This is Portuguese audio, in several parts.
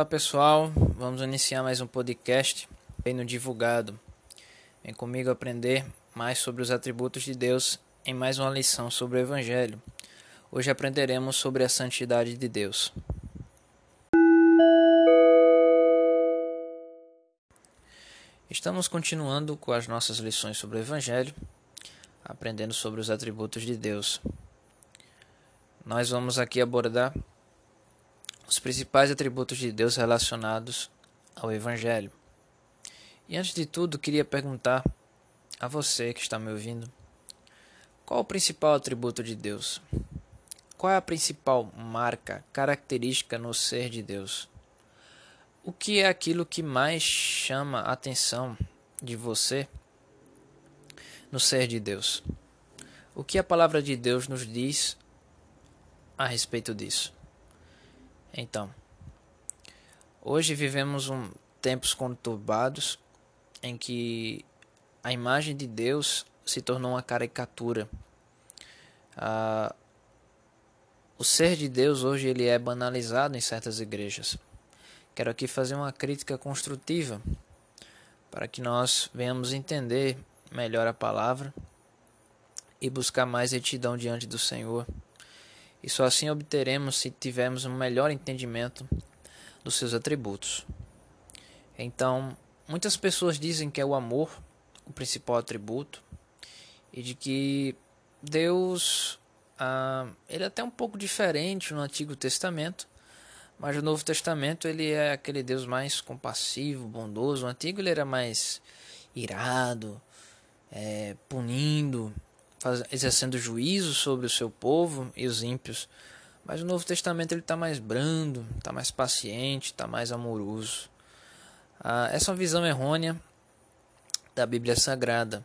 Fala pessoal, vamos iniciar mais um podcast Reino Divulgado. Vem comigo aprender mais sobre os atributos de Deus em mais uma lição sobre o Evangelho. Hoje aprenderemos sobre a santidade de Deus. Estamos continuando com as nossas lições sobre o Evangelho, aprendendo sobre os atributos de Deus. Nós vamos aqui abordar os principais atributos de Deus relacionados ao Evangelho. E antes de tudo, queria perguntar a você que está me ouvindo, qual o principal atributo de Deus? Qual é a principal marca, característica no ser de Deus? O que é aquilo que mais chama a atenção de você no ser de Deus? O que a palavra de Deus nos diz a respeito disso? Então, hoje vivemos tempos conturbados em que a imagem de Deus se tornou uma caricatura. O ser de Deus hoje ele é banalizado em certas igrejas. Quero aqui fazer uma crítica construtiva para que nós venhamos entender melhor a palavra e buscar mais retidão diante do Senhor. E só assim obteremos se tivermos um melhor entendimento dos seus atributos. Então, muitas pessoas dizem que é o amor o principal atributo e de que Deus ele é até um pouco diferente no Antigo Testamento, mas no Novo Testamento ele é aquele Deus mais compassivo, bondoso. O Antigo ele era mais irado, punindo, exercendo juízo sobre o seu povo e os ímpios. Mas no Novo Testamento ele está mais brando, está mais paciente, está mais amoroso. Essa é uma visão errônea da Bíblia Sagrada.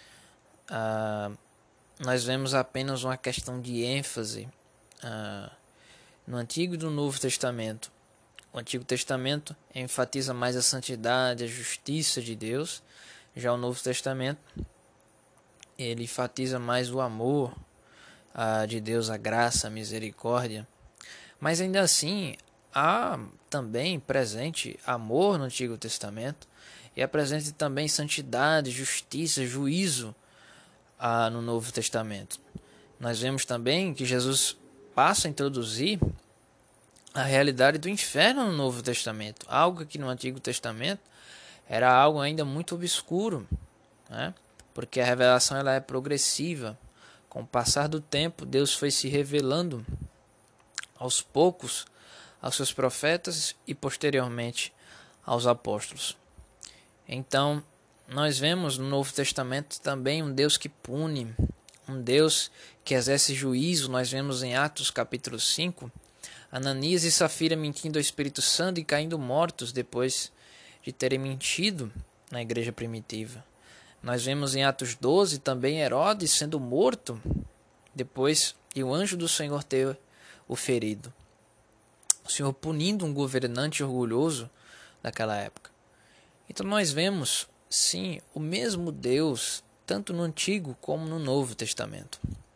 Nós vemos apenas uma questão de ênfase no Antigo e no Novo Testamento. O Antigo Testamento enfatiza mais a santidade, a justiça de Deus. Já o Novo Testamento ele enfatiza mais o amor de Deus, a graça, a misericórdia. Mas ainda assim, há também presente amor no Antigo Testamento e é presente também santidade, justiça, juízo no Novo Testamento. Nós vemos também que Jesus passa a introduzir a realidade do inferno no Novo Testamento, algo que no Antigo Testamento era algo ainda muito obscuro, né? Porque a revelação ela é progressiva. Com o passar do tempo, Deus foi se revelando aos poucos aos seus profetas e posteriormente aos apóstolos. Então, nós vemos no Novo Testamento também um Deus que pune, um Deus que exerce juízo. Nós vemos em Atos capítulo 5, Ananias e Safira mentindo ao Espírito Santo e caindo mortos depois de terem mentido na igreja primitiva. Nós vemos em Atos 12 também Herodes sendo morto depois de o anjo do Senhor ter o ferido. O Senhor punindo um governante orgulhoso daquela época. Então nós vemos, sim, o mesmo Deus, tanto no Antigo como no Novo Testamento.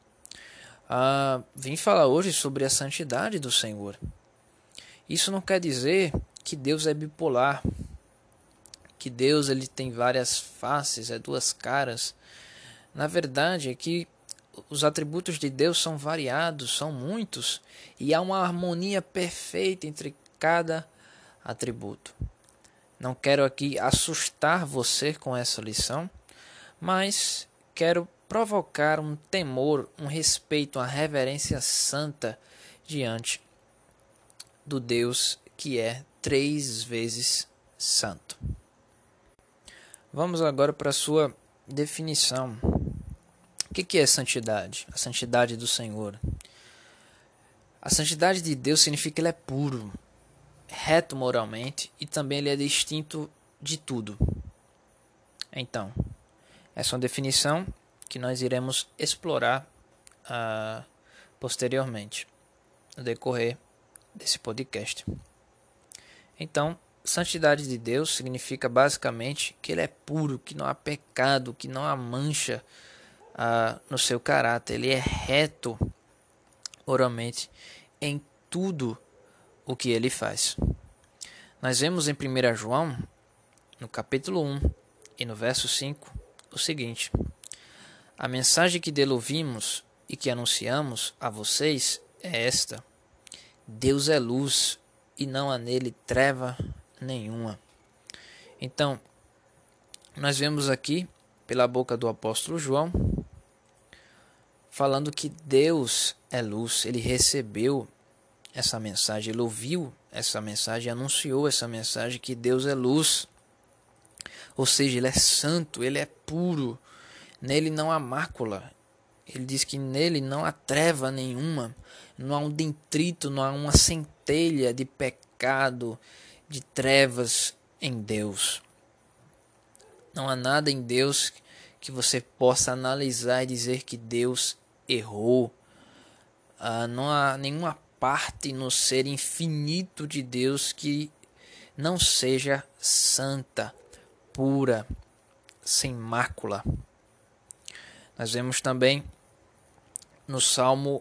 Vim falar hoje sobre a santidade do Senhor. Isso não quer dizer que Deus é bipolar, que Deus ele tem várias faces, duas caras. Na verdade é que os atributos de Deus são variados, são muitos, e há uma harmonia perfeita entre cada atributo. Não quero aqui assustar você com essa lição, mas quero provocar um temor, um respeito, uma reverência santa diante do Deus que é 3 vezes santo. Vamos agora para a sua definição. O que é santidade? A santidade do Senhor. A santidade de Deus significa que Ele é puro, reto moralmente e também Ele é distinto de tudo. Então, essa é uma definição que nós iremos explorar posteriormente, no decorrer desse podcast. Então, santidade de Deus significa basicamente que Ele é puro, que não há pecado, que não há mancha no seu caráter. Ele é reto moralmente em tudo o que Ele faz. Nós vemos em 1 João, no capítulo 1 e no verso 5, o seguinte: a mensagem que dele ouvimos e que anunciamos a vocês é esta: Deus é luz e não há nele treva nenhuma. Então, nós vemos aqui, pela boca do apóstolo João, falando que Deus é luz. Ele recebeu essa mensagem, ele ouviu essa mensagem, anunciou essa mensagem que Deus é luz. Ou seja, ele é santo, ele é puro, nele não há mácula. Ele diz que nele não há treva nenhuma, não há um detrito, não há uma centelha de pecado, de trevas em Deus. Não há nada em Deus que você possa analisar e dizer que Deus errou. Não há nenhuma parte no ser infinito de Deus que não seja santa, pura, sem mácula. Nós vemos também no Salmo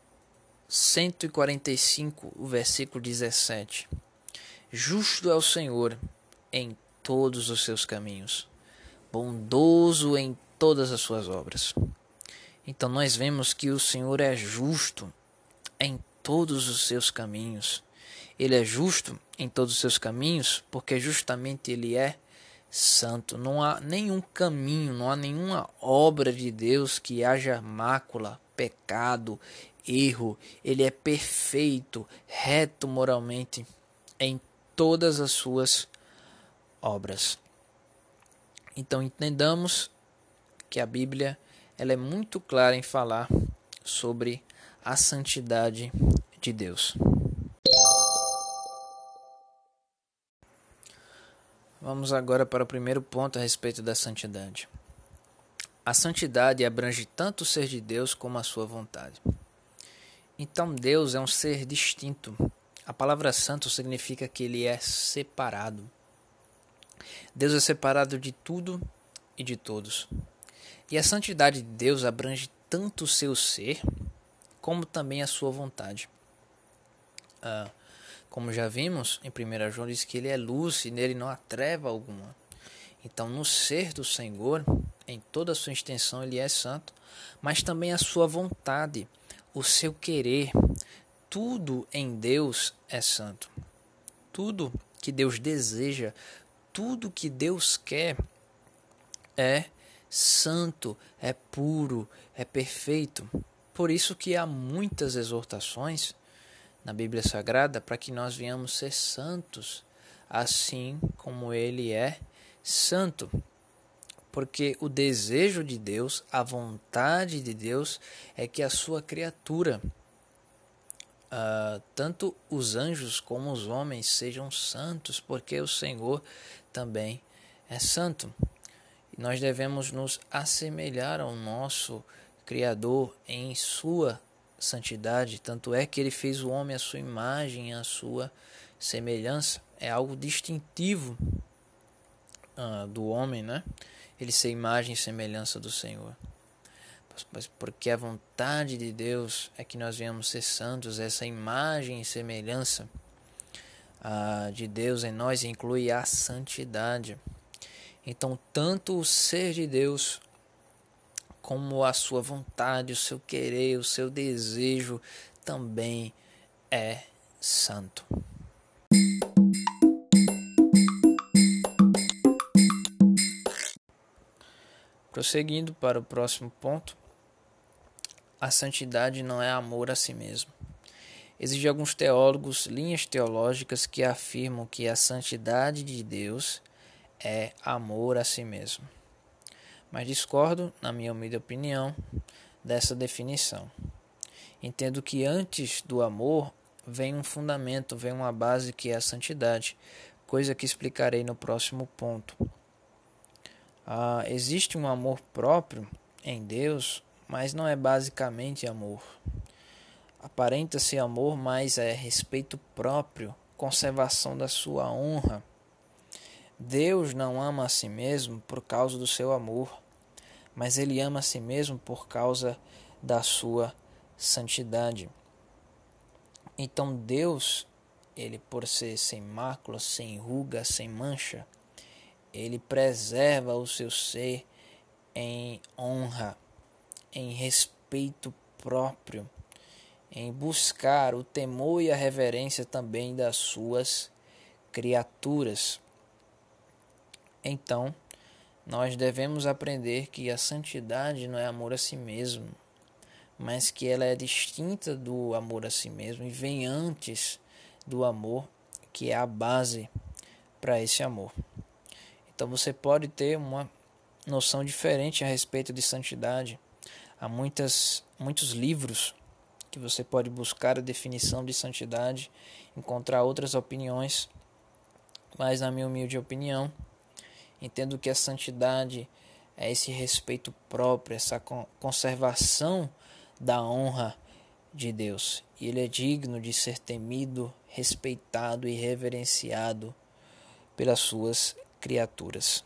145, o versículo 17. Justo é o Senhor em todos os seus caminhos, bondoso em todas as suas obras. Então nós vemos que o Senhor é justo em todos os seus caminhos. Ele é justo em todos os seus caminhos porque justamente ele é santo. Não há nenhum caminho, não há nenhuma obra de Deus que haja mácula, pecado, erro. Ele é perfeito, reto moralmente em todas as suas obras. Então entendamos que a Bíblia ela é muito clara em falar sobre a santidade de Deus. Vamos agora para o primeiro ponto a respeito da santidade. A santidade abrange tanto o ser de Deus como a sua vontade. Então Deus é um ser distinto. A palavra santo significa que ele é separado. Deus é separado de tudo e de todos. E a santidade de Deus abrange tanto o seu ser como também a sua vontade. Como já vimos, em 1 João diz que ele é luz e nele não há treva alguma. Então, no ser do Senhor, em toda a sua extensão, ele é santo, mas também a sua vontade, o seu querer, tudo em Deus é santo. Tudo que Deus deseja, tudo que Deus quer é santo, é puro, é perfeito. Por isso que há muitas exortações na Bíblia Sagrada para que nós venhamos ser santos, assim como ele é santo. Porque o desejo de Deus, a vontade de Deus é que a sua criatura, tanto os anjos como os homens, sejam santos, porque o Senhor também é santo. E nós devemos nos assemelhar ao nosso Criador em sua santidade, tanto é que ele fez o homem à sua imagem, à sua semelhança. É algo distintivo do homem, né? Ele ser imagem e semelhança do Senhor. Mas porque a vontade de Deus é que nós venhamos ser santos, essa imagem e semelhança de Deus em nós inclui a santidade. Então, tanto o ser de Deus como a sua vontade, o seu querer, o seu desejo também é santo. Prosseguindo para o próximo ponto, a santidade não é amor a si mesmo. Existem alguns teólogos, linhas teológicas que afirmam que a santidade de Deus é amor a si mesmo. Mas discordo, na minha humilde opinião, dessa definição. Entendo que antes do amor vem um fundamento, vem uma base que é a santidade, coisa que explicarei no próximo ponto. Existe um amor próprio em Deus, mas não é basicamente amor. Aparenta-se amor, mas é respeito próprio, conservação da sua honra. Deus não ama a si mesmo por causa do seu amor, mas ele ama a si mesmo por causa da sua santidade. Então Deus ele, por ser sem mácula, sem ruga, sem mancha, ele preserva o seu ser em honra, em respeito próprio, em buscar o temor e a reverência também das suas criaturas. Então, nós devemos aprender que a santidade não é amor a si mesmo, mas que ela é distinta do amor a si mesmo e vem antes do amor, que é a base para esse amor. Então você pode ter uma noção diferente a respeito de santidade. Há muitos livros que você pode buscar a definição de santidade, encontrar outras opiniões, mas na minha humilde opinião, entendo que a santidade é esse respeito próprio, essa conservação da honra de Deus. E ele é digno de ser temido, respeitado e reverenciado pelas suas criaturas.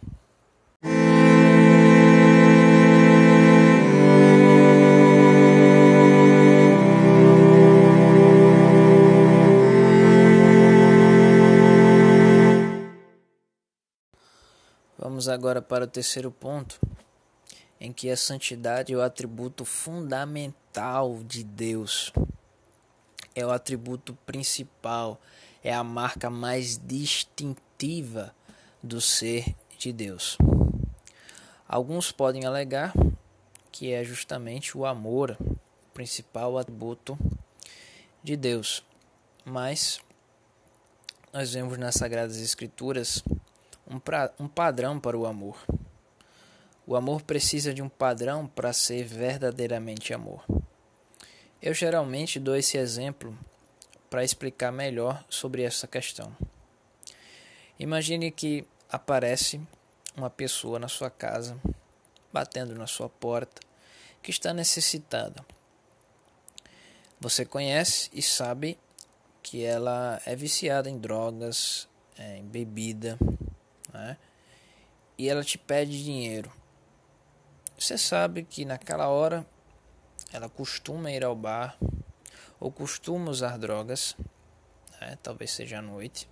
Vamos agora para o terceiro ponto, em que a santidade é o atributo fundamental de Deus. É o atributo principal, é a marca mais distintiva do ser de Deus. Alguns podem alegar que é justamente o amor, o principal atributo de Deus. Mas nós vemos nas Sagradas Escrituras um padrão para o amor. O amor precisa de um padrão para ser verdadeiramente amor. Eu geralmente dou esse exemplo para explicar melhor sobre essa questão. Imagine que aparece uma pessoa na sua casa, batendo na sua porta, que está necessitada. Você conhece e sabe que ela é viciada em drogas, em bebida, né? E ela te pede dinheiro. Você sabe que naquela hora ela costuma ir ao bar ou costuma usar drogas, né? Talvez seja à noite.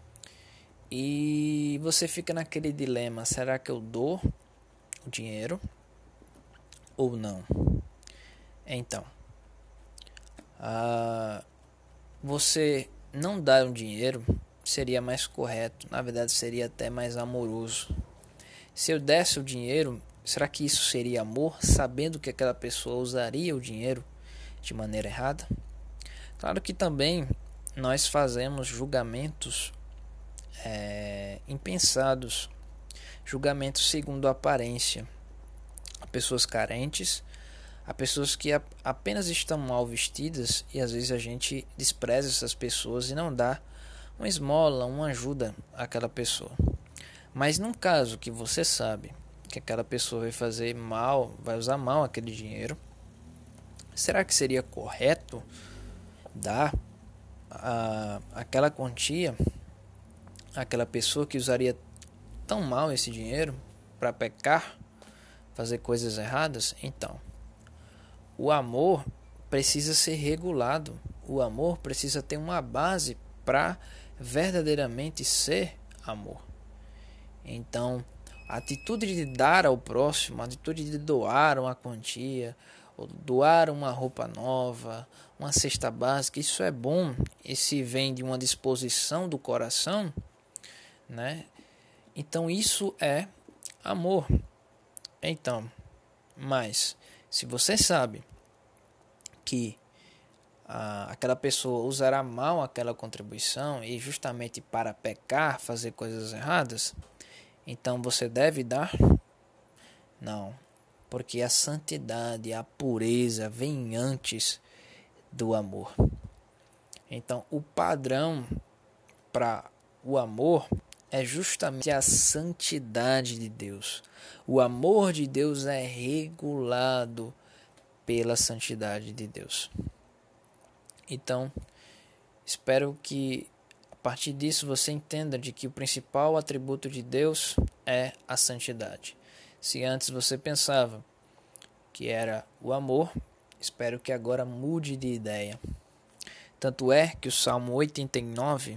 E você fica naquele dilema: será que eu dou o dinheiro ou não? Então, você não dar o dinheiro seria mais correto, na verdade seria até mais amoroso. Se eu desse o dinheiro, será que isso seria amor, sabendo que aquela pessoa usaria o dinheiro de maneira errada? Claro que também nós fazemos julgamentos impensados, julgamentos segundo a aparência. Há pessoas carentes, há pessoas que apenas estão mal vestidas e às vezes a gente despreza essas pessoas e não dá uma esmola, uma ajuda àquela pessoa. Mas num caso que você sabe que aquela pessoa vai fazer mal, vai usar mal aquele dinheiro, será que seria correto dar aquela quantia àquela pessoa que usaria tão mal esse dinheiro para pecar, fazer coisas erradas? Então, o amor precisa ser regulado. O amor precisa ter uma base para verdadeiramente ser amor. Então, a atitude de dar ao próximo, a atitude de doar uma quantia, ou doar uma roupa nova, uma cesta básica, isso é bom. E se vem de uma disposição do coração, né? Então, isso é amor. Então, mas se você sabe que aquela pessoa usará mal aquela contribuição e justamente para pecar, fazer coisas erradas, então você deve dar? Não, porque a santidade, a pureza vem antes do amor. Então o padrão para o amor é justamente a santidade de Deus. O amor de Deus é regulado pela santidade de Deus. Então, espero que a partir disso você entenda de que o principal atributo de Deus é a santidade. Se antes você pensava que era o amor, espero que agora mude de ideia. Tanto é que o Salmo 89,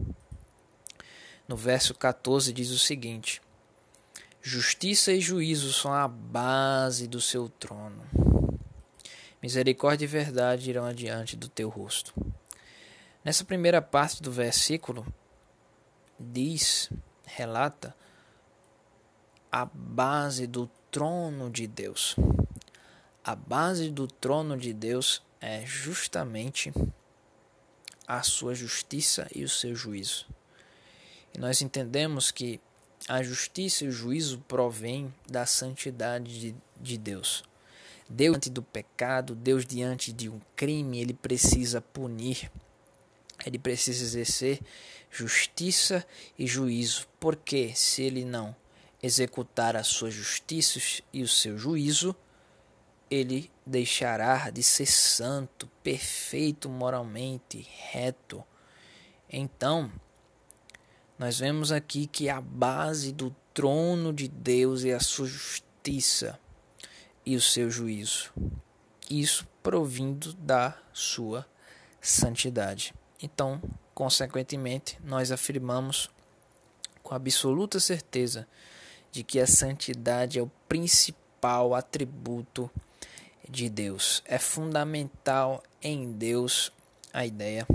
no verso 14, diz o seguinte: justiça e juízo são a base do seu trono. Misericórdia e verdade irão adiante do teu rosto. Nessa primeira parte do versículo, relata a base do trono de Deus. A base do trono de Deus é justamente a sua justiça e o seu juízo. E nós entendemos que a justiça e o juízo provêm da santidade de Deus. Deus diante do pecado, Deus diante de um crime, ele precisa punir, ele precisa exercer justiça e juízo, porque se ele não executar a sua justiça e o seu juízo, ele deixará de ser santo, perfeito moralmente, reto. Então, nós vemos aqui que a base do trono de Deus é a sua justiça e o seu juízo. Isso provindo da sua santidade. Então, consequentemente, nós afirmamos com absoluta certeza de que a santidade é o principal atributo de Deus. É fundamental em Deus a ideia,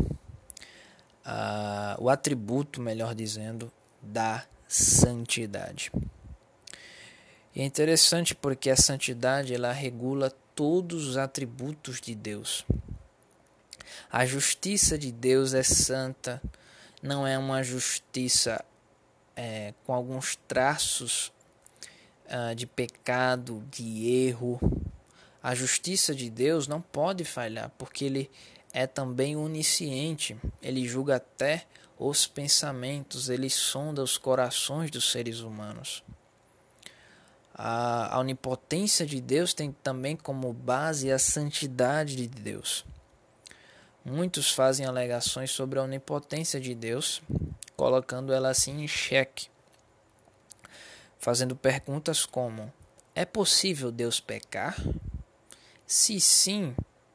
o atributo, melhor dizendo, da santidade. E é interessante porque a santidade ela regula todos os atributos de Deus. A justiça de Deus é santa, não é uma justiça com alguns traços de pecado, de erro. A justiça de Deus não pode falhar, porque Ele é também onisciente. Ele julga até os pensamentos, Ele sonda os corações dos seres humanos. A onipotência de Deus tem também como base a santidade de Deus. Muitos fazem alegações sobre a onipotência de Deus, colocando ela assim em xeque, fazendo perguntas como: é possível Deus pecar? Se sim,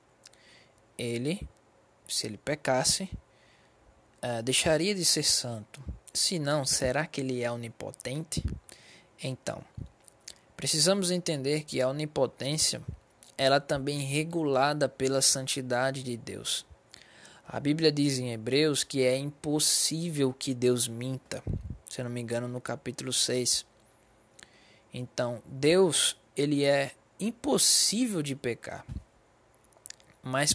se ele pecasse, deixaria de ser santo. Se não, será que ele é onipotente? Então, precisamos entender que a onipotência ela também é regulada pela santidade de Deus. A Bíblia diz em Hebreus que é impossível que Deus minta, se não me engano, no capítulo 6. Então, Deus, ele é impossível de pecar. Mas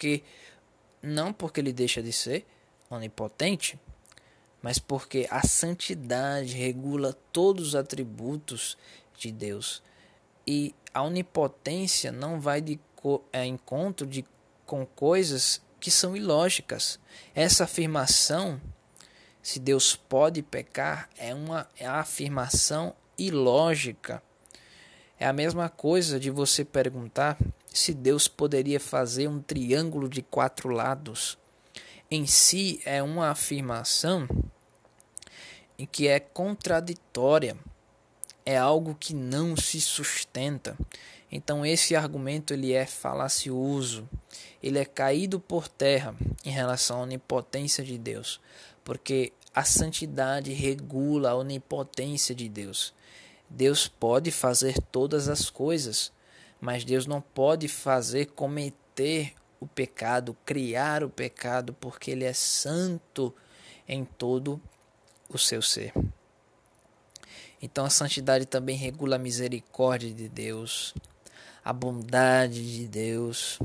não porque ele deixa de ser onipotente, mas porque a santidade regula todos os atributos de Deus. E a onipotência não vai de encontro com coisas que são ilógicas. Essa afirmação, se Deus pode pecar, é uma afirmação ilógica. É a mesma coisa de você perguntar se Deus poderia fazer um triângulo de 4 lados. Em si é uma afirmação em que é contraditória. É algo que não se sustenta. Então esse argumento ele é falacioso. Ele é caído por terra em relação à onipotência de Deus. Porque a santidade regula a onipotência de Deus. Deus pode fazer todas as coisas, mas Deus não pode cometer o pecado, criar o pecado, porque Ele é santo em todo o seu ser. Então a santidade também regula a misericórdia de Deus, a bondade de Deus.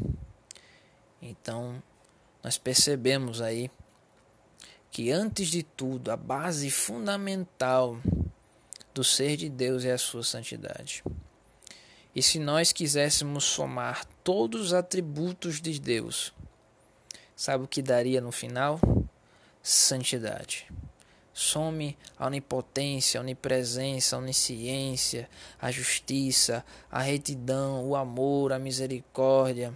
Então nós percebemos aí que antes de tudo a base fundamental do ser de Deus é a sua santidade. E se nós quiséssemos somar todos os atributos de Deus, sabe o que daria no final? Santidade. Some a onipotência, a onipresença, a onisciência, a justiça, a retidão, o amor, a misericórdia.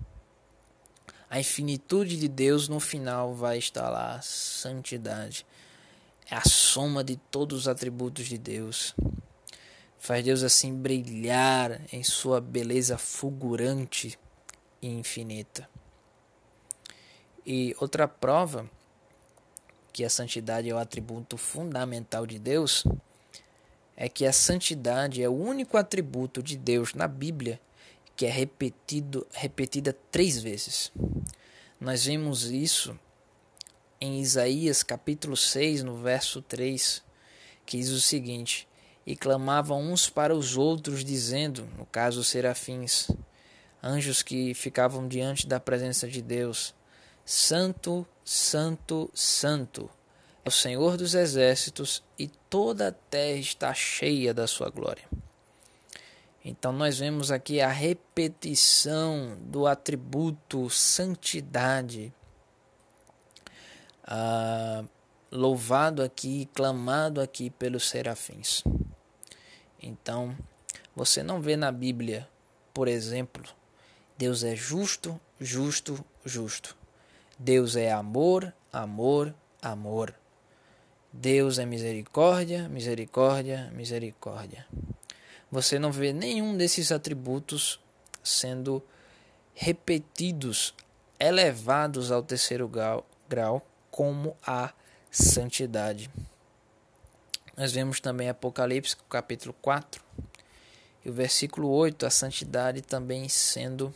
A infinitude de Deus no final vai estar lá, a santidade. É a soma de todos os atributos de Deus. Faz Deus assim brilhar em sua beleza fulgurante e infinita. E outra prova que a santidade é o atributo fundamental de Deus é que a santidade é o único atributo de Deus na Bíblia que é repetida 3 vezes. Nós vemos isso em Isaías capítulo 6, no verso 3, que diz o seguinte: e clamavam uns para os outros, dizendo, no caso os serafins, anjos que ficavam diante da presença de Deus, Santo, Santo, Santo é o Senhor dos exércitos, e toda a terra está cheia da sua glória. Então nós vemos aqui a repetição do atributo santidade, louvado aqui, clamado aqui pelos serafins. Então, você não vê na Bíblia, por exemplo, Deus é justo, justo, justo. Deus é amor, amor, amor. Deus é misericórdia, misericórdia, misericórdia. Você não vê nenhum desses atributos sendo repetidos, elevados ao terceiro grau, como a santidade. Nós vemos também Apocalipse, capítulo 4, e o versículo 8, a santidade também sendo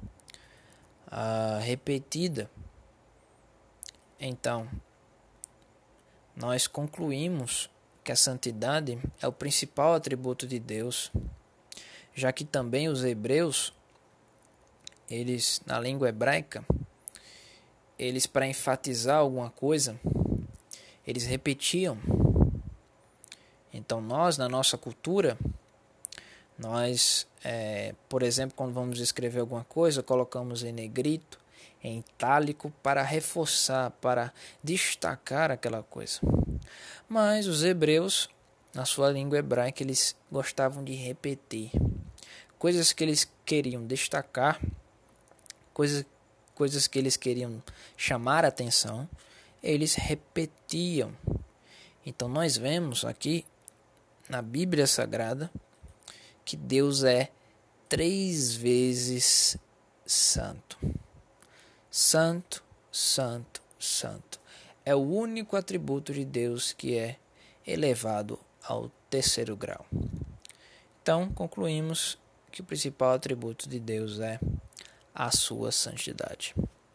repetida. Então, nós concluímos que a santidade é o principal atributo de Deus, já que também os hebreus, eles, na língua hebraica, eles, para enfatizar alguma coisa, eles repetiam. Então nós, na nossa cultura, nós, por exemplo, quando vamos escrever alguma coisa, colocamos em negrito, em itálico, para reforçar, para destacar aquela coisa. Mas os hebreus, na sua língua hebraica, eles gostavam de repetir coisas que eles queriam destacar, coisas que eles queriam chamar a atenção, eles repetiam. Então nós vemos aqui na Bíblia Sagrada que Deus é 3 vezes santo. Santo, santo, santo. É o único atributo de Deus que é elevado ao terceiro grau. Então, concluímos que o principal atributo de Deus é a sua santidade.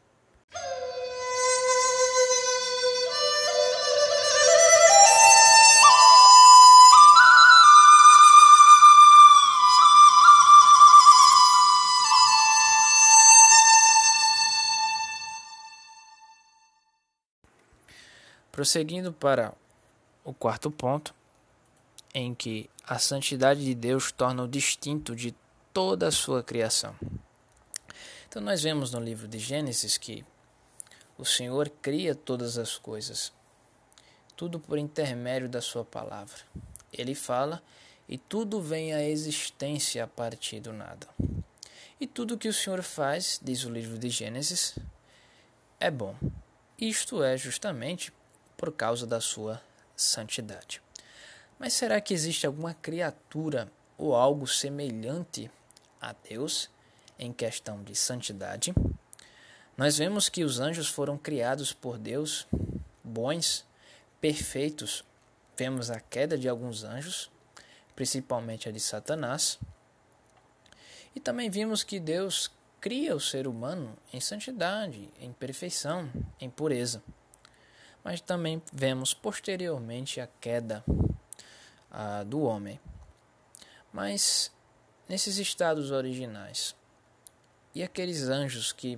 Prosseguindo para o quarto ponto, em que a santidade de Deus torna-o distinto de toda a sua criação. Então nós vemos no livro de Gênesis que o Senhor cria todas as coisas, tudo por intermédio da sua palavra. Ele fala e tudo vem à existência a partir do nada. E tudo que o Senhor faz, diz o livro de Gênesis, é bom. Isto é justamente por causa da sua santidade. Mas será que existe alguma criatura ou algo semelhante a Deus em questão de santidade? Nós vemos que os anjos foram criados por Deus, bons, perfeitos. Vemos a queda de alguns anjos, principalmente a de Satanás. E também vimos que Deus cria o ser humano em santidade, em perfeição, em pureza. Mas também vemos posteriormente a queda do homem. Mas nesses estados originais, e aqueles anjos que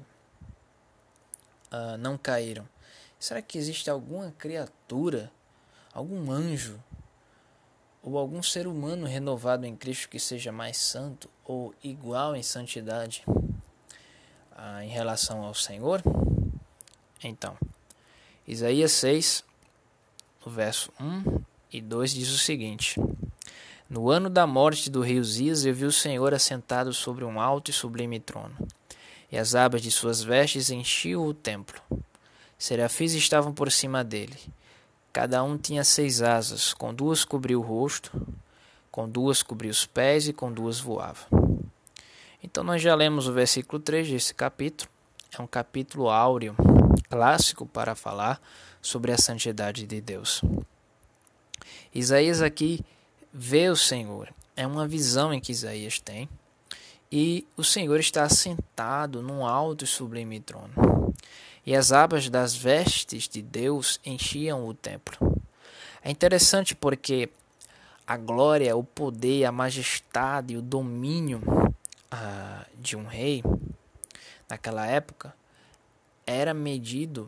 não caíram, será que existe alguma criatura, algum anjo, ou algum ser humano renovado em Cristo que seja mais santo ou igual em santidade em relação ao Senhor? Então, Isaías 6, no verso 1 e 2 diz o seguinte: no ano da morte do rei Uzias, eu vi o Senhor assentado sobre um alto e sublime trono, e as abas de suas vestes enchiam o templo. Serafins estavam por cima dele. Cada um tinha 6 asas, com 2 cobria o rosto, com 2 cobria os pés e com 2 voava. Então nós já lemos o versículo 3 desse capítulo. É um capítulo áureo, clássico para falar sobre a santidade de Deus. Isaías aqui vê o Senhor, é uma visão em que Isaías tem, e o Senhor está assentado num alto e sublime trono, e as abas das vestes de Deus enchiam o templo. É interessante porque a glória, o poder, a majestade, o domínio de um rei, naquela época, era medido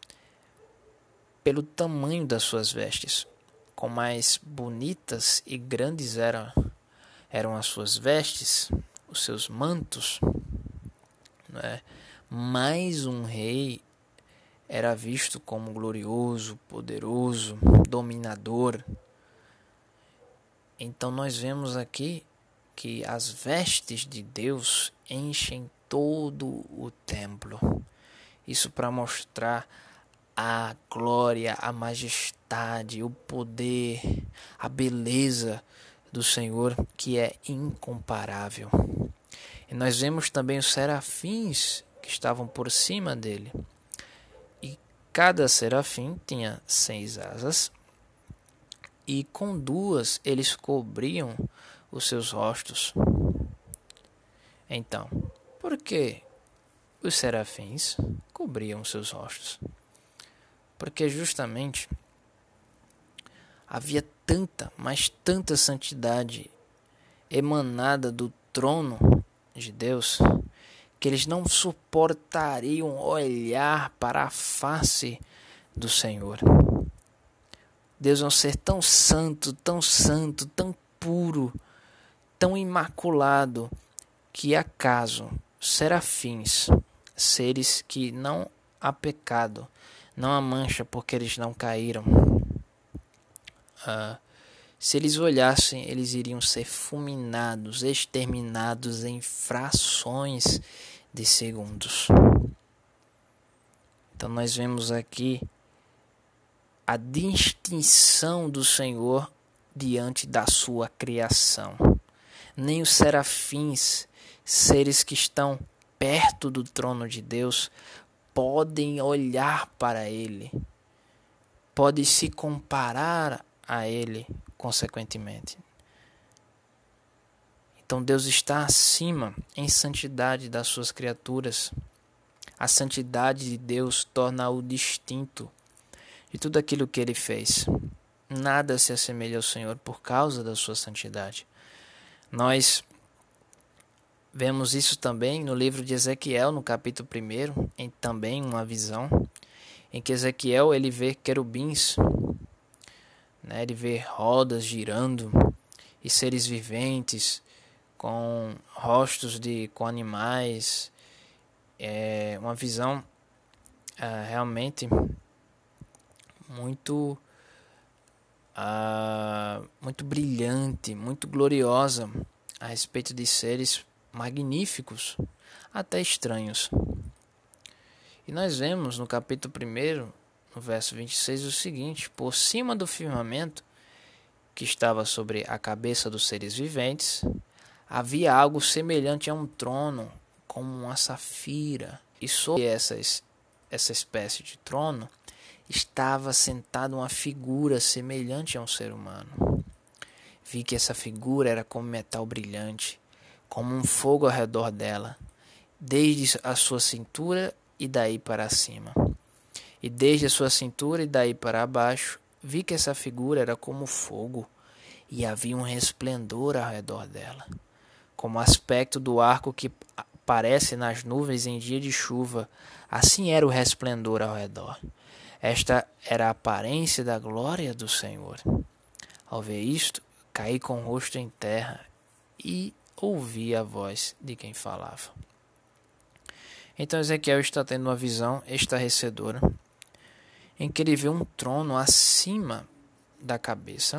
pelo tamanho das suas vestes. Com mais bonitas e grandes eram as suas vestes, os seus mantos, né? Mais um rei era visto como glorioso, poderoso, dominador. Então nós vemos aqui que as vestes de Deus enchem todo o templo. Isso para mostrar a glória, a majestade, o poder, a beleza do Senhor, que é incomparável. E nós vemos também os serafins que estavam por cima dele. E cada serafim tinha 6 asas, e com 2 eles cobriam os seus rostos. Então, por que os serafins cobriam seus rostos? Porque justamente havia tanta, mas tanta santidade emanada do trono de Deus, que eles não suportariam olhar para a face do Senhor. Deus é um ser tão santo, tão puro, tão imaculado, que acaso serafins, seres que não há pecado, não há mancha porque eles não caíram, se eles olhassem, eles iriam ser fulminados, exterminados em frações de segundos. Então nós vemos aqui a distinção do Senhor diante da sua criação. Nem os serafins, seres que estão perto do trono de Deus, podem olhar para ele, podem se comparar a ele, consequentemente. Então Deus está acima em santidade das suas criaturas. A santidade de Deus torna-o distinto de tudo aquilo que ele fez. Nada se assemelha ao Senhor por causa da sua santidade. Nós vemos isso também no livro de Ezequiel, no capítulo 1, em também uma visão, em que Ezequiel ele vê querubins, né? Ele vê rodas girando e seres viventes com rostos com animais. É uma visão realmente muito brilhante, muito gloriosa a respeito de seres magníficos, até estranhos. E nós vemos no capítulo 1, no verso 26, o seguinte: por cima do firmamento que estava sobre a cabeça dos seres viventes, havia algo semelhante a um trono, como uma safira, e sobre essa espécie de trono estava sentada uma figura semelhante a um ser humano. Vi que essa figura era como metal brilhante, como um fogo ao redor dela, desde a sua cintura e daí para cima. E desde a sua cintura e daí para baixo, vi que essa figura era como fogo, e havia um resplendor ao redor dela, como o aspecto do arco que aparece nas nuvens em dia de chuva. Assim era o resplendor ao redor. Esta era a aparência da glória do Senhor. Ao ver isto, caí com o rosto em terra e ouvi a voz de quem falava. Então Ezequiel está tendo uma visão estarrecedora, em que ele vê um trono acima da cabeça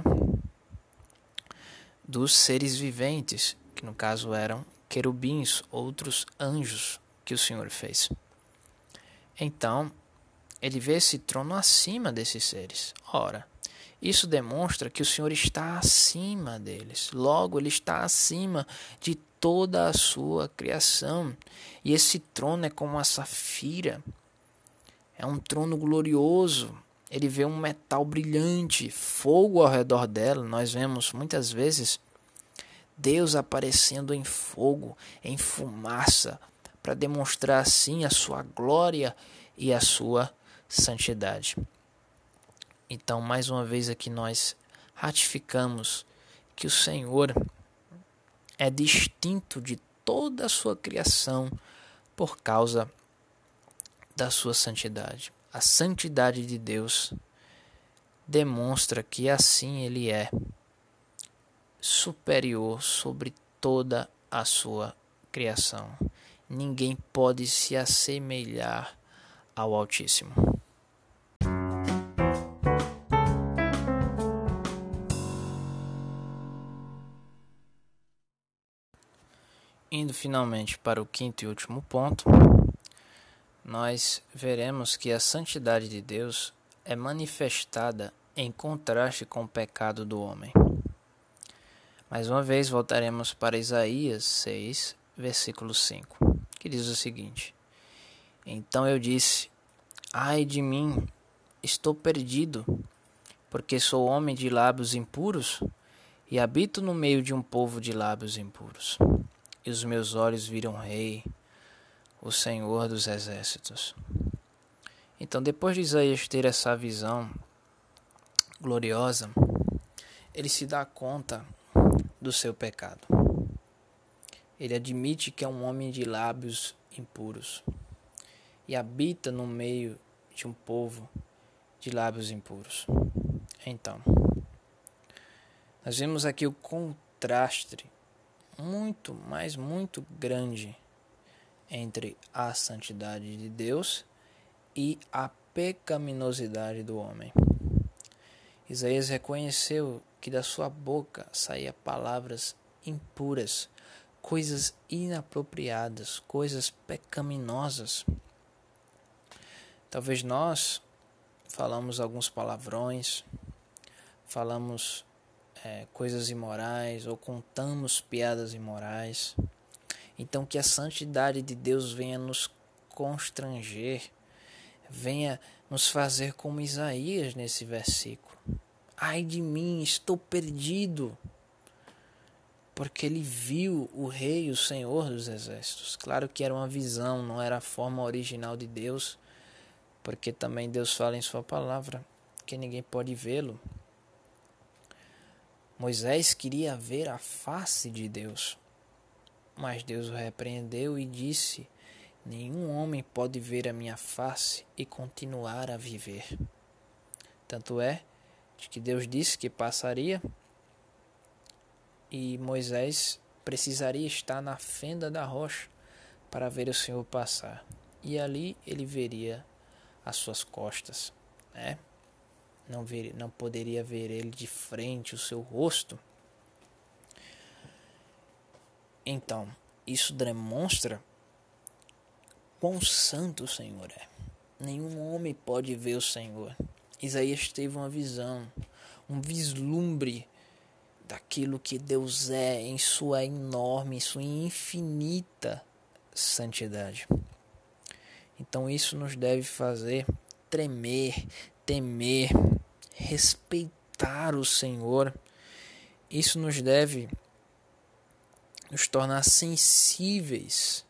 dos seres viventes, que no caso eram querubins, outros anjos que o Senhor fez. Então, ele vê esse trono acima desses seres. Ora, isso demonstra que o Senhor está acima deles. Logo, ele está acima de toda a sua criação. E esse trono é como uma safira. é um trono glorioso. Ele vê um metal brilhante, fogo ao redor dela. Nós vemos muitas vezes Deus aparecendo em fogo, em fumaça, para demonstrar assim a sua glória e a sua santidade. Então, mais uma vez aqui nós ratificamos que o Senhor é distinto de toda a sua criação por causa da sua santidade. A santidade de Deus demonstra que assim Ele é superior sobre toda a sua criação. Ninguém pode se assemelhar ao Altíssimo. Indo finalmente para o quinto e último ponto, nós veremos que a santidade de Deus é manifestada em contraste com o pecado do homem. Mais uma vez voltaremos para Isaías 6, versículo 5, que diz o seguinte: Então eu disse, ai de mim, estou perdido, porque sou homem de lábios impuros e habito no meio de um povo de lábios impuros. E os meus olhos viram o Rei, o Senhor dos Exércitos. Então, depois de Isaías ter essa visão gloriosa, ele se dá conta do seu pecado. Ele admite que é um homem de lábios impuros e habita no meio de um povo de lábios impuros. Então, nós vemos aqui o contraste muito, mas muito grande entre a santidade de Deus e a pecaminosidade do homem. Isaías reconheceu que da sua boca saíam palavras impuras, coisas inapropriadas, coisas pecaminosas. Talvez nós falamos alguns palavrões, falamos coisas imorais ou contamos piadas imorais. Então que a santidade de Deus venha nos constranger, venha nos fazer como Isaías nesse versículo. Ai de mim, estou perdido. Porque ele viu o Rei, o Senhor dos Exércitos. Claro que era uma visão, não era a forma original de Deus, porque também Deus fala em sua palavra que ninguém pode vê-lo. Moisés queria ver a face de Deus, mas Deus o repreendeu e disse: nenhum homem pode ver a minha face e continuar a viver. Tanto é de que Deus disse que passaria e Moisés precisaria estar na fenda da rocha para ver o Senhor passar. E ali ele veria as suas costas, né? Não poderia ver ele de frente, o seu rosto. Então, isso demonstra quão santo o Senhor é. Nenhum homem pode ver o Senhor. Isaías teve uma visão, um vislumbre daquilo que Deus é em sua enorme, em sua infinita santidade. Então isso nos deve fazer tremer, temer, respeitar o Senhor. Isso nos deve nos tornar sensíveis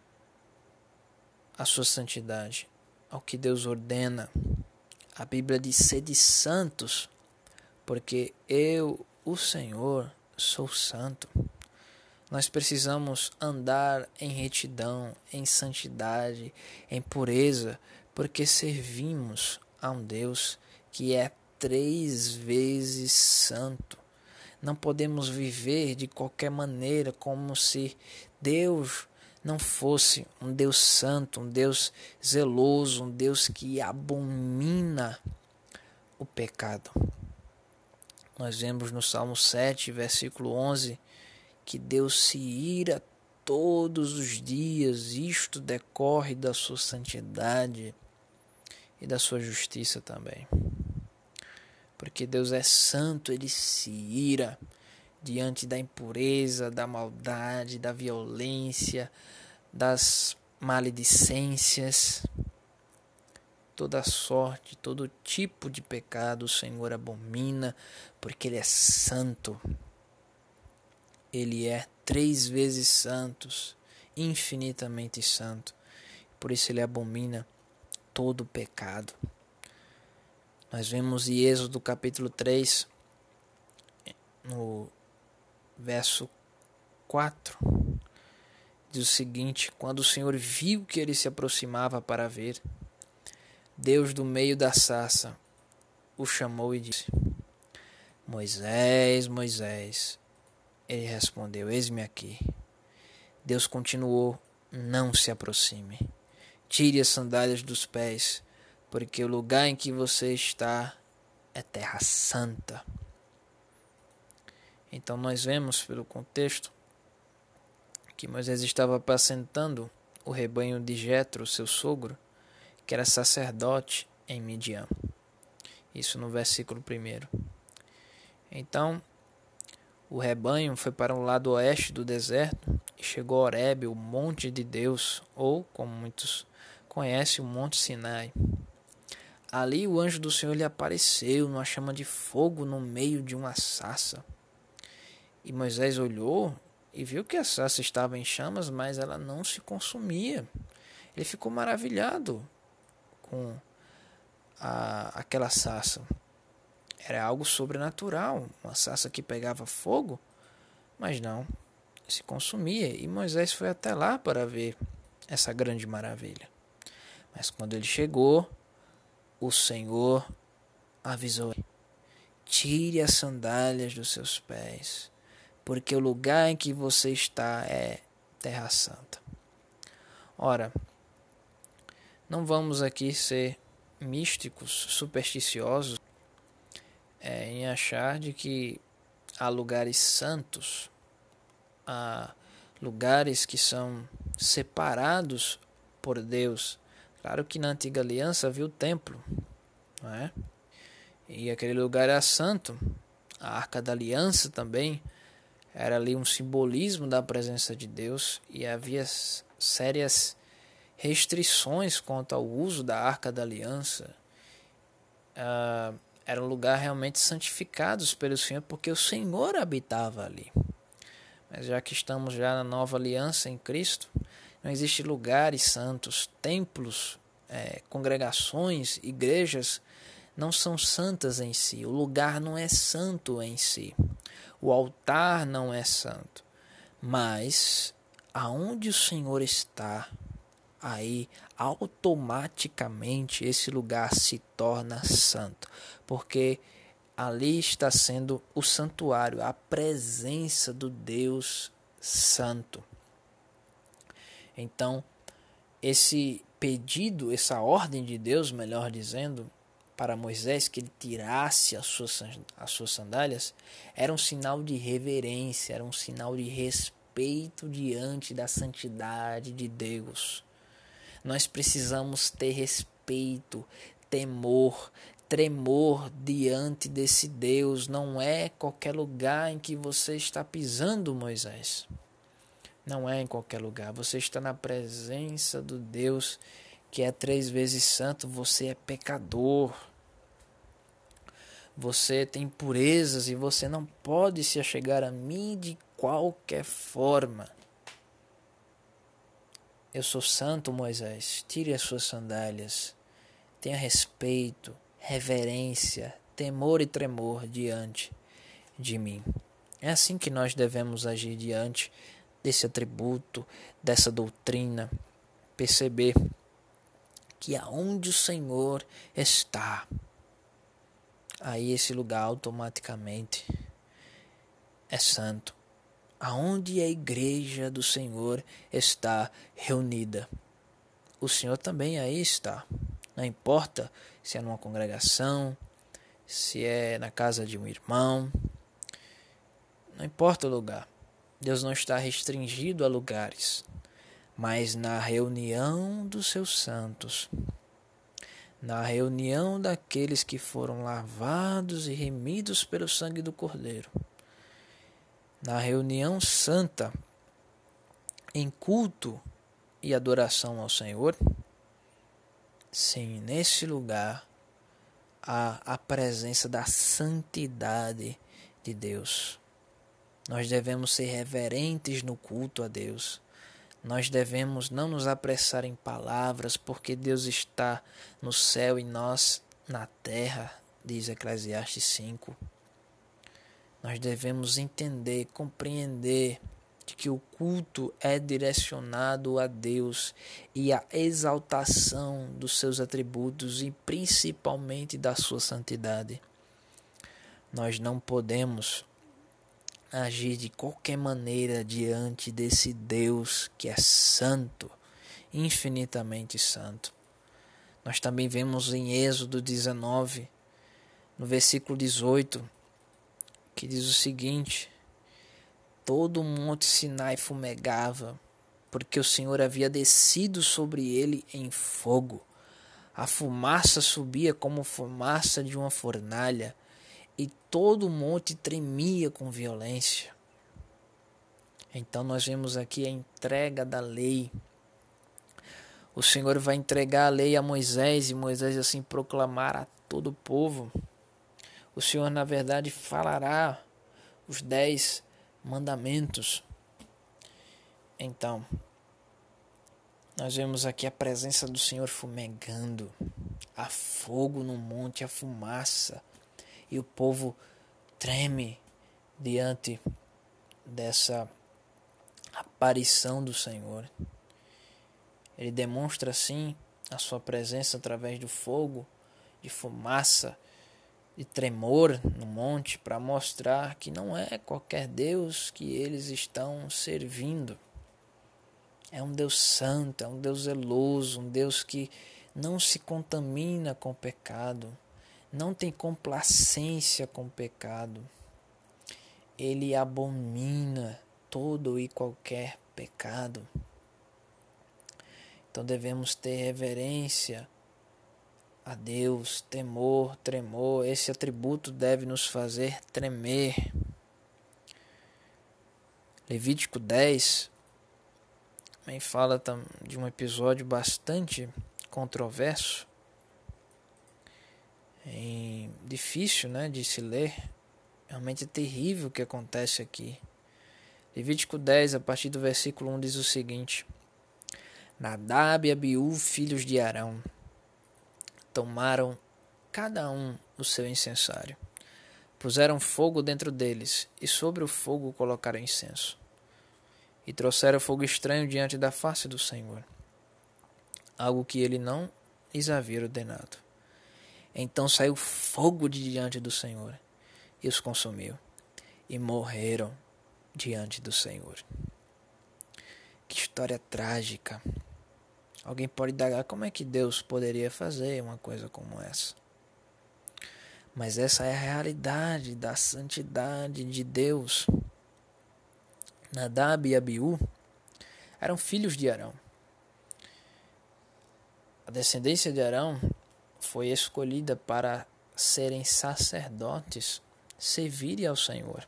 à sua santidade, ao que Deus ordena. A Bíblia diz: sede santos, porque eu, o Senhor, sou santo. Nós precisamos andar em retidão, em santidade, em pureza, porque servimos a um Deus que é 3 vezes santo. Não podemos viver de qualquer maneira, como se Deus não fosse um Deus santo, um Deus zeloso, um Deus que abomina o pecado. Nós vemos no Salmo 7, versículo 11, que Deus se ira todos os dias. Isto decorre da sua santidade e da sua justiça também. Porque Deus é santo, Ele se ira diante da impureza, da maldade, da violência, das maledicências. toda sorte, todo tipo de pecado o Senhor abomina, porque Ele é santo. Ele é 3 vezes santo, infinitamente santo. Por isso Ele abomina todo pecado. Nós vemos em Êxodo capítulo 3, no verso 4, diz o seguinte: quando o Senhor viu que ele se aproximava para ver, Deus do meio da sarça o chamou e disse: Moisés, Moisés. Ele respondeu: Eis-me aqui. Deus continuou: Não se aproxime. Tire as sandálias dos pés, porque o lugar em que você está é terra santa. Então nós vemos pelo contexto que Moisés estava apacentando o rebanho de Jetro, seu sogro, que era sacerdote em Midian. Isso no versículo 1. Então, o rebanho foi para o lado oeste do deserto e chegou a Horebe, o monte de Deus, ou, como muitos conhecem, o Monte Sinai. Ali o anjo do Senhor lhe apareceu numa chama de fogo no meio de uma sarça. E Moisés olhou e viu que a sarça estava em chamas, mas ela não se consumia. Ele ficou maravilhado com aquela sarça. Era algo sobrenatural, uma sarça que pegava fogo, mas não se consumia. E Moisés foi até lá para ver essa grande maravilha. Mas quando ele chegou, o Senhor avisou: tire as sandálias dos seus pés, porque o lugar em que você está é terra santa. Ora, não vamos aqui ser místicos, supersticiosos, em achar de que há lugares santos, há lugares que são separados por Deus. Claro que na antiga aliança havia o templo, não é? E aquele lugar era santo. A Arca da Aliança também era ali um simbolismo da presença de Deus, e havia sérias restrições quanto ao uso da Arca da Aliança. Era um lugar realmente santificado pelo Senhor, porque o Senhor habitava ali. Mas já que estamos já na nova aliança em Cristo, não existe lugares santos, templos, congregações, igrejas não são santas em si. O lugar não é santo em si. O altar não é santo. Mas aonde o Senhor está, aí automaticamente esse lugar se torna santo, porque ali está sendo o santuário, a presença do Deus Santo. Então, esse pedido, essa ordem de Deus, melhor dizendo, para Moisés, que ele tirasse as suas sandálias, era um sinal de reverência, era um sinal de respeito diante da santidade de Deus. Nós precisamos ter respeito, temor, tremor diante desse Deus. Não é qualquer lugar em que você está pisando, Moisés. Não é em qualquer lugar. Você está na presença do Deus que é 3 vezes santo. Você é pecador. Você tem impurezas e você não pode se achegar a mim de qualquer forma. Eu sou santo, Moisés. Tire as suas sandálias. Tenha respeito, reverência, temor e tremor diante de mim. É assim que nós devemos agir diante desse atributo, dessa doutrina. Perceber que aonde o Senhor está, aí esse lugar automaticamente é santo. Aonde a igreja do Senhor está reunida, o Senhor também aí está. Não importa se é numa congregação, se é na casa de um irmão, não importa o lugar. Deus não está restringido a lugares, mas na reunião dos seus santos, na reunião daqueles que foram lavados e remidos pelo sangue do Cordeiro, na reunião santa, em culto e adoração ao Senhor, Sim, nesse lugar há a presença da santidade de Deus. Nós devemos ser reverentes no culto a Deus. Nós devemos não nos apressar em palavras, porque Deus está no céu e nós na terra, diz Eclesiastes 5. Nós devemos entender, compreender de que o culto é direcionado a Deus e a exaltação dos seus atributos e principalmente da sua santidade. Nós não podemos agir de qualquer maneira diante desse Deus que é santo, infinitamente santo. Nós também vemos em Êxodo 19, no versículo 18, que diz o seguinte: todo o monte Sinai fumegava, porque o Senhor havia descido sobre ele em fogo. A fumaça subia como fumaça de uma fornalha, e todo o monte tremia com violência. Então nós vemos aqui a entrega da lei. O Senhor vai entregar a lei a Moisés, e Moisés assim proclamará a todo o povo. O Senhor, na verdade, falará os 10 mandamentos. Então, nós vemos aqui a presença do Senhor fumegando, há fogo no monte, a fumaça, e o povo treme diante dessa aparição do Senhor. Ele demonstra assim a sua presença através do fogo, de fumaça, de tremor no monte, para mostrar que não é qualquer Deus que eles estão servindo. É um Deus santo, é um Deus zeloso, um Deus que não se contamina com o pecado, não tem complacência com o pecado. Ele abomina todo e qualquer pecado. Então devemos ter reverência a Deus, temor, tremor. Esse atributo deve nos fazer tremer. Levítico 10 também fala de um episódio bastante controverso, difícil, né, de se ler. Realmente é terrível o que acontece aqui. Levítico 10, a partir do versículo 1, diz o seguinte: Nadab e Abiú, filhos de Arão, tomaram cada um o seu incensário. Puseram fogo dentro deles, e sobre o fogo colocaram incenso. E trouxeram fogo estranho diante da face do Senhor, algo que ele não lhes havia ordenado. Então saiu fogo de diante do Senhor, e os consumiu, e morreram diante do Senhor. Que história trágica. Alguém pode indagar como é que Deus poderia fazer uma coisa como essa. Mas essa é a realidade da santidade de Deus. Nadab e Abiú eram filhos de Arão. A descendência de Arão foi escolhida para serem sacerdotes, servirem ao Senhor.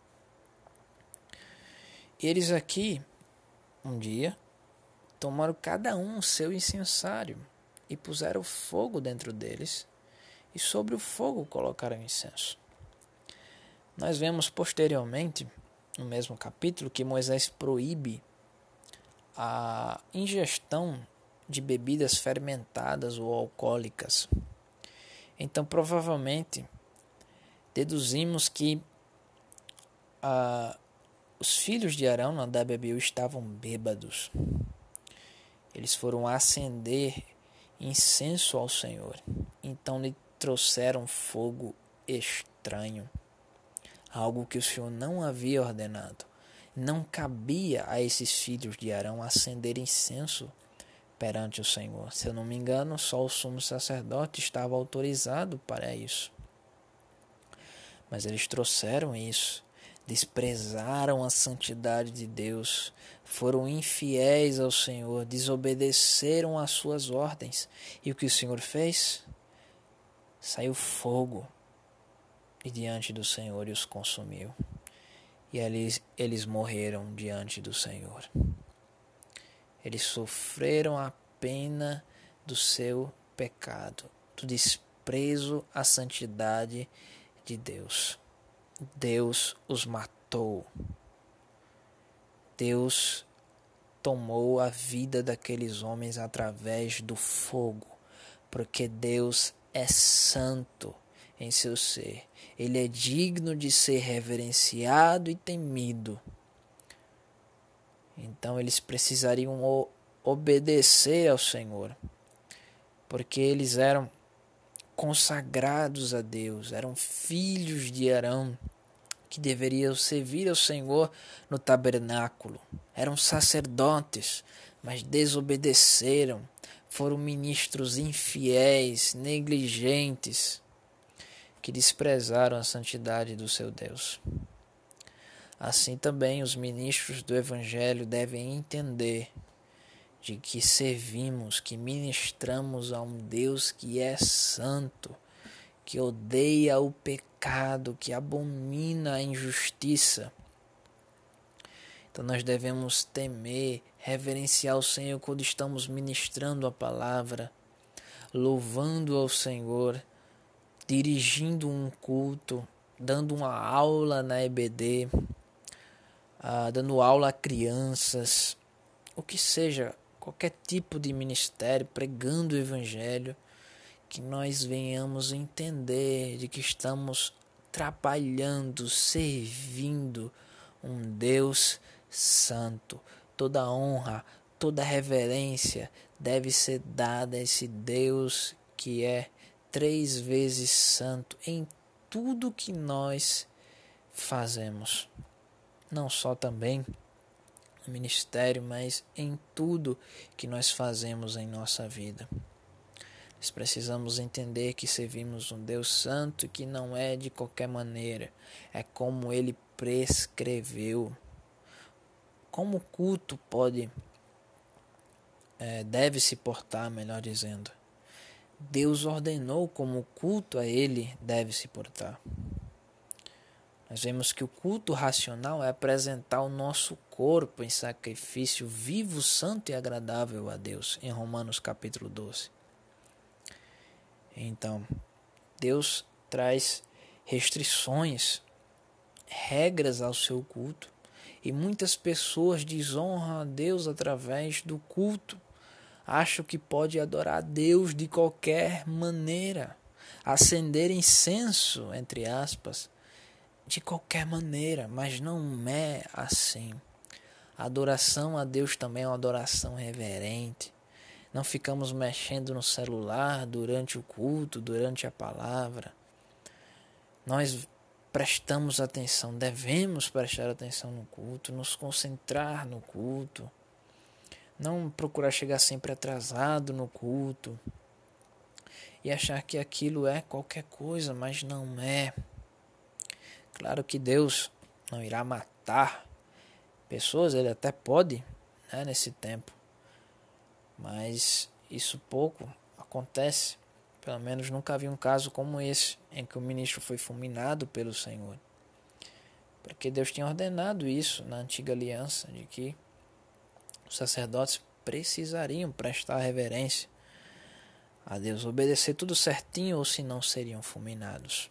Eles aqui, um dia, tomaram cada um o seu incensário e puseram fogo dentro deles, e sobre o fogo colocaram incenso. Nós vemos posteriormente, no mesmo capítulo, que Moisés proíbe a ingestão de bebidas fermentadas ou alcoólicas. Então, provavelmente, deduzimos que os filhos de Arão, Nadab e Abiú, estavam bêbados. Eles foram acender incenso ao Senhor. Então lhe trouxeram fogo estranho, algo que o Senhor não havia ordenado. Não cabia a esses filhos de Arão acender incenso perante o Senhor. Se eu não me engano, só o sumo sacerdote estava autorizado para isso. Mas eles trouxeram isso, desprezaram a santidade de Deus, foram infiéis ao Senhor, desobedeceram às suas ordens. E o que o Senhor fez? Saiu fogo e diante do Senhor e os consumiu. E eles morreram diante do Senhor. Eles sofreram a pena do seu pecado, do desprezo à santidade de Deus. Deus os matou. Deus tomou a vida daqueles homens através do fogo, porque Deus é santo em seu ser. Ele é digno de ser reverenciado e temido. Então eles precisariam obedecer ao Senhor, porque eles eram consagrados a Deus, eram filhos de Arão, que deveriam servir ao Senhor no tabernáculo. Eram sacerdotes, mas desobedeceram, foram ministros infiéis, negligentes, que desprezaram a santidade do seu Deus. Assim também os ministros do Evangelho devem entender de que servimos, que ministramos a um Deus que é santo, que odeia o pecado, que abomina a injustiça. Então nós devemos temer, reverenciar o Senhor quando estamos ministrando a palavra, louvando ao Senhor, dirigindo um culto, dando uma aula na EBD, dando aula a crianças, o que seja, qualquer tipo de ministério, pregando o Evangelho, que nós venhamos entender de que estamos trabalhando, servindo um Deus santo. Toda honra, toda reverência deve ser dada a esse Deus que é 3 vezes santo em tudo que nós fazemos. Não só também no ministério, mas em tudo que nós fazemos em nossa vida. Nós precisamos entender que servimos um Deus santo, que não é de qualquer maneira, é como Ele prescreveu. Como o culto deve se portar, melhor dizendo. Deus ordenou como o culto a Ele deve se portar. Nós vemos que o culto racional é apresentar o nosso corpo em sacrifício vivo, santo e agradável a Deus, em Romanos capítulo 12. Então, Deus traz restrições, regras ao seu culto, e muitas pessoas desonram a Deus através do culto. Acham que pode adorar a Deus de qualquer maneira, acender incenso, entre aspas, de qualquer maneira, mas não é assim. A adoração a Deus também é uma adoração reverente. Não ficamos mexendo no celular durante o culto, durante a palavra. Nós prestamos atenção, devemos prestar atenção no culto, nos concentrar no culto. Não procurar chegar sempre atrasado no culto e achar que aquilo é qualquer coisa, mas não é. Claro que Deus não irá matar pessoas, Ele até pode, nesse tempo. Mas isso pouco acontece. Pelo menos nunca vi um caso como esse, em que o ministro foi fulminado pelo Senhor. Porque Deus tinha ordenado isso na antiga aliança, de que os sacerdotes precisariam prestar reverência a Deus, obedecer tudo certinho, ou senão seriam fulminados.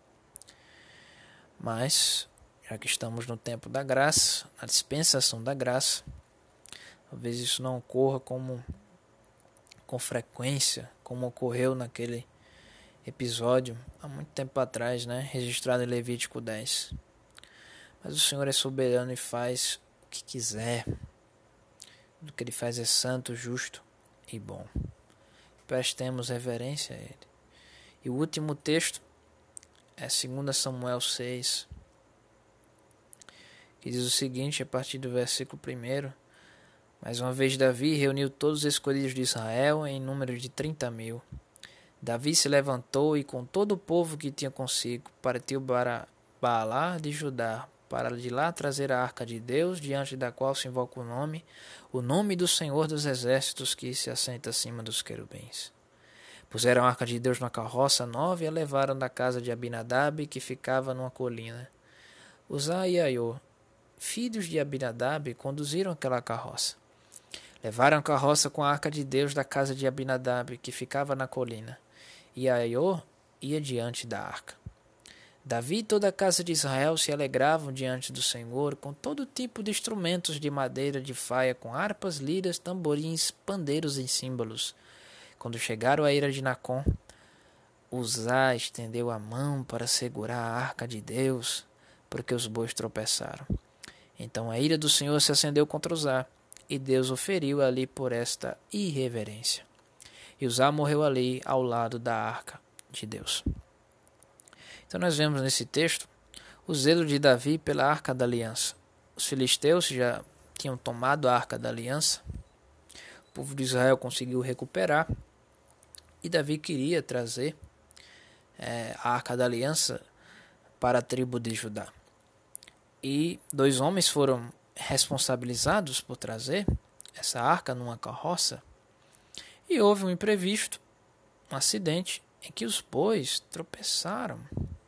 Mas, já que estamos no tempo da graça, na dispensação da graça, talvez isso não ocorra com frequência, como ocorreu naquele episódio há muito tempo atrás, registrado em Levítico 10. Mas o Senhor é soberano e faz o que quiser. Tudo que Ele faz é santo, justo e bom. Prestemos reverência a Ele. E o último texto é 2 Samuel 6, que diz o seguinte, a partir do versículo 1. Mais uma vez Davi reuniu todos os escolhidos de Israel em número de 30.000. Davi se levantou e com todo o povo que tinha consigo partiu para Baalá de Judá, para de lá trazer a arca de Deus, diante da qual se invoca o nome do Senhor dos Exércitos, que se assenta acima dos querubins. Puseram a arca de Deus na carroça nova e a levaram da casa de Abinadab, que ficava numa colina. Uzá e Aiô, filhos de Abinadab, conduziram aquela carroça. Levaram a carroça com a arca de Deus da casa de Abinadab, que ficava na colina, e Aiô ia diante da arca. Davi e toda a casa de Israel se alegravam diante do Senhor com todo tipo de instrumentos de madeira de faia, com harpas, liras, tamborins, pandeiros e símbolos. Quando chegaram à ira de Nacon, Uzá estendeu a mão para segurar a arca de Deus, porque os bois tropeçaram. Então a ira do Senhor se acendeu contra Uzá, e Deus o feriu ali por esta irreverência. E Uzá morreu ali ao lado da arca de Deus. Então nós vemos nesse texto o zelo de Davi pela arca da aliança. Os filisteus já tinham tomado a arca da aliança, o povo de Israel conseguiu recuperar, e Davi queria trazer a arca da aliança para a tribo de Judá. E 2 homens foram responsabilizados por trazer essa arca numa carroça, e houve um imprevisto, um acidente, em que os bois tropeçaram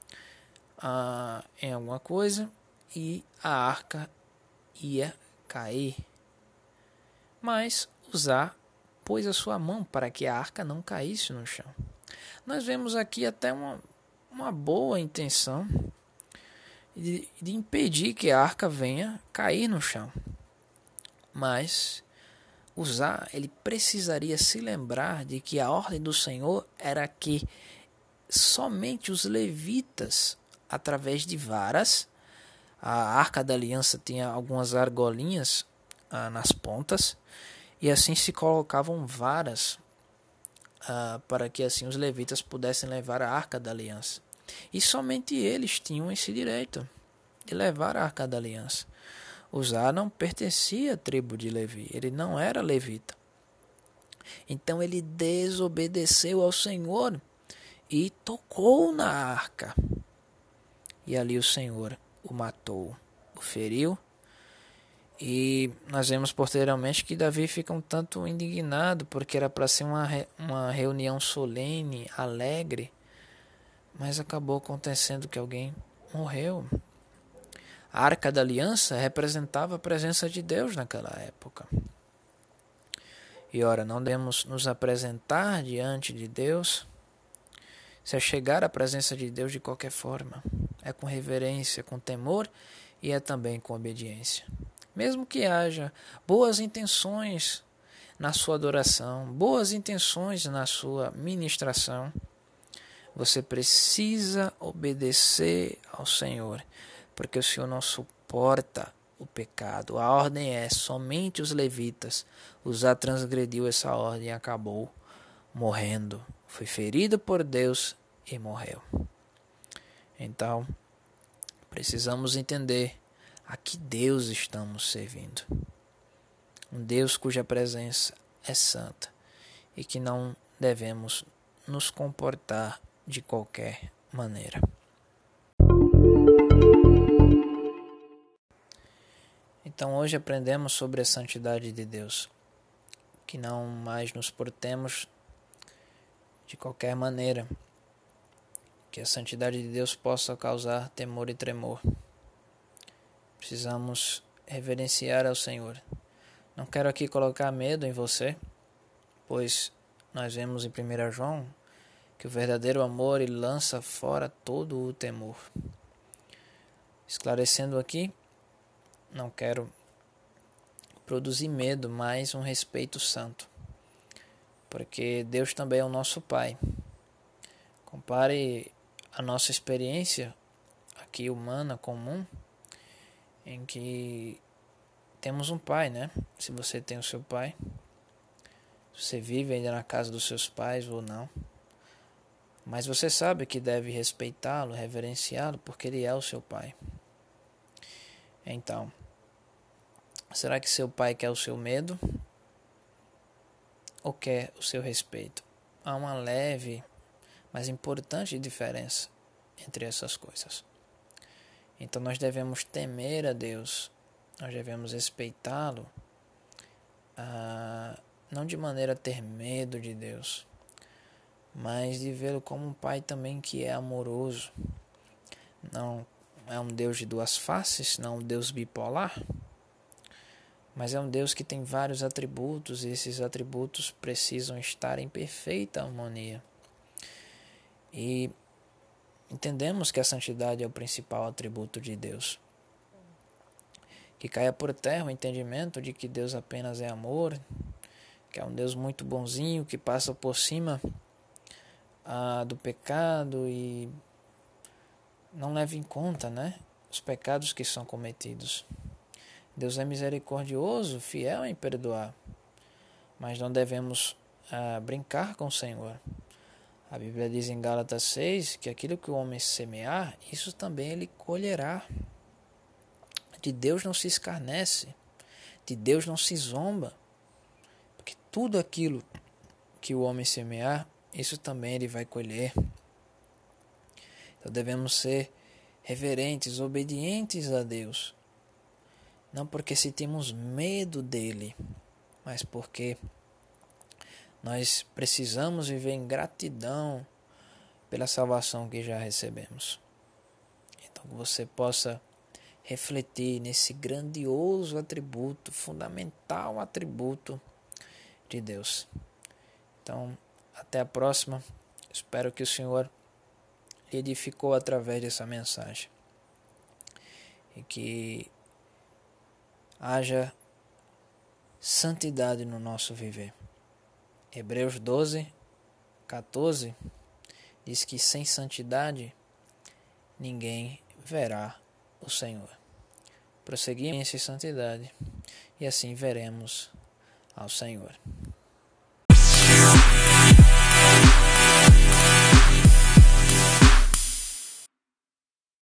em alguma coisa e a arca ia cair. Mas Uzá pôs a sua mão para que a arca não caísse no chão. Nós vemos aqui até uma boa intenção de impedir que a arca venha cair no chão. Mas Uzá, ele precisaria se lembrar de que a ordem do Senhor era que somente os levitas, através de varas, a arca da aliança tinha algumas argolinhas nas pontas, e assim se colocavam varas para que assim os levitas pudessem levar a arca da aliança. E somente eles tinham esse direito de levar a arca da aliança. Uzá não pertencia à tribo de Levi, ele não era levita. Então ele desobedeceu ao Senhor e tocou na arca. E ali o Senhor o matou, o feriu. E nós vemos posteriormente que Davi fica um tanto indignado, porque era para ser uma reunião solene, alegre, mas acabou acontecendo que alguém morreu. A Arca da Aliança representava a presença de Deus naquela época. E ora, não devemos nos apresentar diante de Deus se é chegar à presença de Deus de qualquer forma. É com reverência, com temor e é também com obediência. Mesmo que haja boas intenções na sua adoração, boas intenções na sua ministração, você precisa obedecer ao Senhor, porque o Senhor não suporta o pecado. A ordem é somente os levitas. Uzá transgrediu essa ordem e acabou morrendo. Foi ferido por Deus e morreu. Então, precisamos entender a que Deus estamos servindo. Um Deus cuja presença é santa e que não devemos nos comportar de qualquer maneira. Então hoje aprendemos sobre a santidade de Deus, que não mais nos portemos de qualquer maneira, que a santidade de Deus possa causar temor e tremor. Precisamos reverenciar ao Senhor. Não quero aqui colocar medo em você, pois nós vemos em 1 João que o verdadeiro amor ele lança fora todo o temor. Esclarecendo aqui, não quero produzir medo, mas um respeito santo, porque Deus também é o nosso Pai. Compare a nossa experiência aqui humana, comum, em que temos um pai, né? Se você tem o seu pai, você vive ainda na casa dos seus pais ou não, mas você sabe que deve respeitá-lo, reverenciá-lo, porque ele é o seu pai. Então, será que seu pai quer o seu medo ou quer o seu respeito? Há uma leve, mas importante diferença entre essas coisas. Então nós devemos temer a Deus, nós devemos respeitá-lo, não de maneira a ter medo de Deus, mas de vê-lo como um pai também que é amoroso. Não é um Deus de duas faces, não um Deus bipolar, mas é um Deus que tem vários atributos e esses atributos precisam estar em perfeita harmonia. E entendemos que a santidade é o principal atributo de Deus. Que caia por terra o entendimento de que Deus apenas é amor, que é um Deus muito bonzinho, que passa por cima do pecado e não leva em conta, os pecados que são cometidos. Deus é misericordioso, fiel em perdoar, mas não devemos brincar com o Senhor. A Bíblia diz em Gálatas 6 que aquilo que o homem semear, isso também ele colherá. De Deus não se escarnece, de Deus não se zomba, porque tudo aquilo que o homem semear, isso também ele vai colher. Então devemos ser reverentes, obedientes a Deus, não porque sentimos medo dele, mas porque nós precisamos viver em gratidão pela salvação que já recebemos. Então que você possa refletir nesse grandioso atributo, fundamental atributo de Deus. Então, até a próxima. Espero que o Senhor lhe edificou através dessa mensagem. E que haja santidade no nosso viver. Hebreus 12:14 diz que sem santidade ninguém verá o Senhor. Prosseguimos em santidade e assim veremos ao Senhor.